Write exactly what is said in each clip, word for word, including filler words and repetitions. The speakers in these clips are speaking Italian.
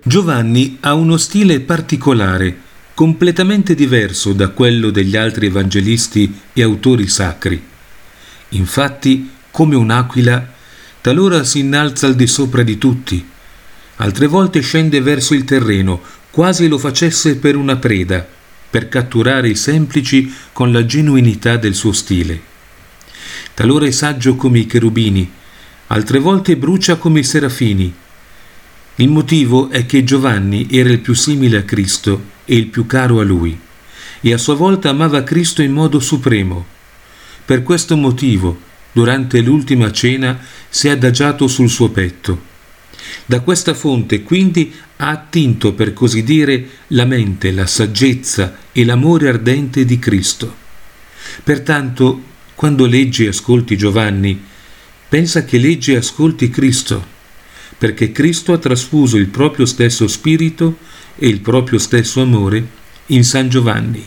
Giovanni ha uno stile particolare, completamente diverso da quello degli altri evangelisti e autori sacri. Infatti, come un'aquila, talora si innalza al di sopra di tutti, altre volte scende verso il terreno, quasi lo facesse per una preda, per catturare i semplici con la genuinità del suo stile. Talora è saggio come i cherubini, altre volte brucia come i serafini. Il motivo è che Giovanni era il più simile a Cristo e il più caro a lui, e a sua volta amava Cristo in modo supremo. Per questo motivo, durante l'ultima cena, si è adagiato sul suo petto. Da questa fonte, quindi, ha attinto, per così dire, la mente, la saggezza e l'amore ardente di Cristo. Pertanto, quando leggi e ascolti Giovanni, pensa che leggi e ascolti Cristo, perché Cristo ha trasfuso il proprio stesso spirito e il proprio stesso amore in San Giovanni.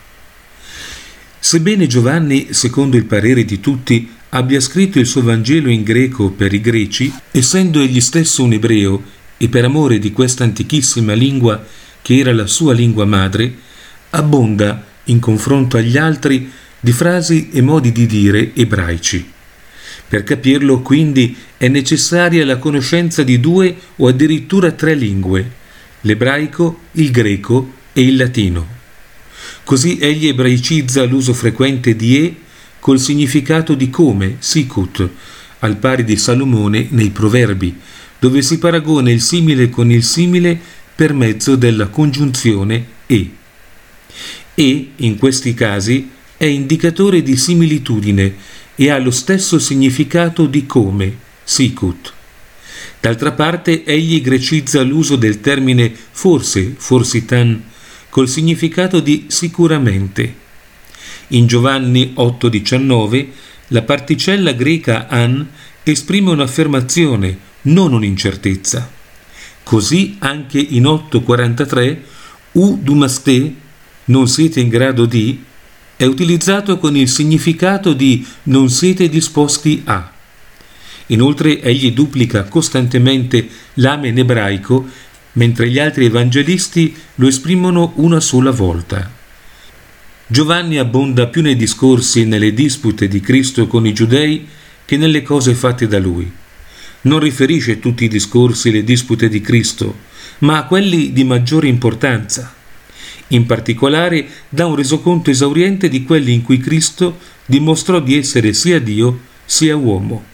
Sebbene Giovanni, secondo il parere di tutti, abbia scritto il suo Vangelo in greco per i greci, essendo egli stesso un ebreo e per amore di questa antichissima lingua che era la sua lingua madre, abbonda, in confronto agli altri, di frasi e modi di dire ebraici. Per capirlo, quindi, è necessaria la conoscenza di due o addirittura tre lingue, l'ebraico, il greco e il latino. Così egli ebraicizza l'uso frequente di e col significato di come, sicut, al pari di Salomone nei Proverbi, dove si paragona il simile con il simile per mezzo della congiunzione e. E, in questi casi, è indicatore di similitudine e ha lo stesso significato di come, sicut. D'altra parte, egli grecizza l'uso del termine forse, forsitan, col significato di sicuramente. In Giovanni otto diciannove, la particella greca an esprime un'affermazione, non un'incertezza. Così anche in otto quarantatré, u dumaste, non siete in grado di, è utilizzato con il significato di non siete disposti a. Inoltre egli duplica costantemente l'amen ebraico, mentre gli altri evangelisti lo esprimono una sola volta. Giovanni abbonda più nei discorsi e nelle dispute di Cristo con i giudei che nelle cose fatte da lui. Non riferisce tutti i discorsi e le dispute di Cristo, ma a quelli di maggiore importanza. In particolare dà un resoconto esauriente di quelli in cui Cristo dimostrò di essere sia Dio sia uomo.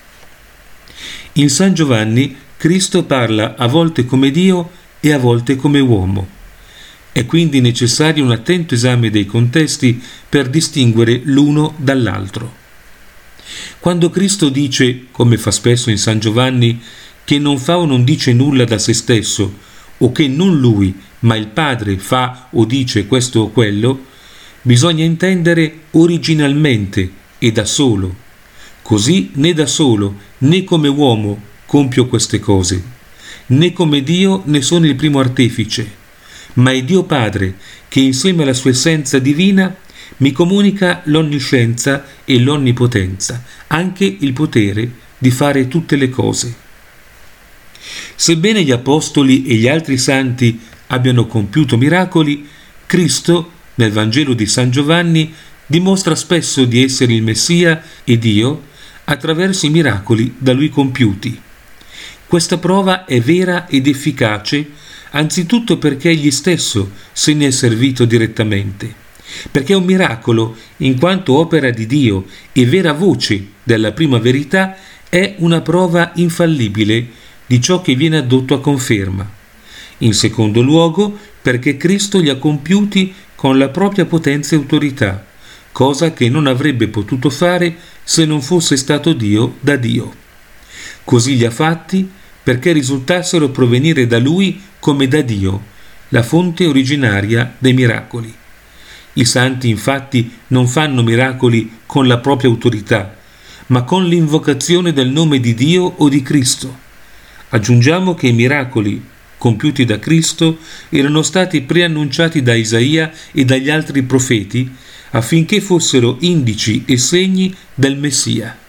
In San Giovanni Cristo parla a volte come Dio e a volte come uomo. È quindi necessario un attento esame dei contesti per distinguere l'uno dall'altro. Quando Cristo dice, come fa spesso in San Giovanni, che non fa o non dice nulla da se stesso, o che non lui, ma il Padre fa o dice questo o quello, bisogna intendere originalmente e da solo. Così né da solo né come uomo compio queste cose, né come Dio ne sono il primo artefice, ma è Dio Padre che insieme alla sua essenza divina mi comunica l'onniscienza e l'onnipotenza, anche il potere di fare tutte le cose. Sebbene gli apostoli e gli altri santi abbiano compiuto miracoli, Cristo, nel Vangelo di San Giovanni, dimostra spesso di essere il Messia e Dio attraverso i miracoli da lui compiuti. Questa prova è vera ed efficace anzitutto perché egli stesso se ne è servito direttamente, perché è un miracolo in quanto opera di Dio e vera voce della prima verità, è una prova infallibile di ciò che viene addotto a conferma. In secondo luogo perché Cristo li ha compiuti con la propria potenza e autorità, cosa che non avrebbe potuto fare se non fosse stato Dio da Dio. Così li ha fatti perché risultassero provenire da Lui come da Dio, la fonte originaria dei miracoli. I santi infatti non fanno miracoli con la propria autorità, ma con l'invocazione del nome di Dio o di Cristo. Aggiungiamo che i miracoli compiuti da Cristo erano stati preannunciati da Isaia e dagli altri profeti affinché fossero indici e segni del Messia.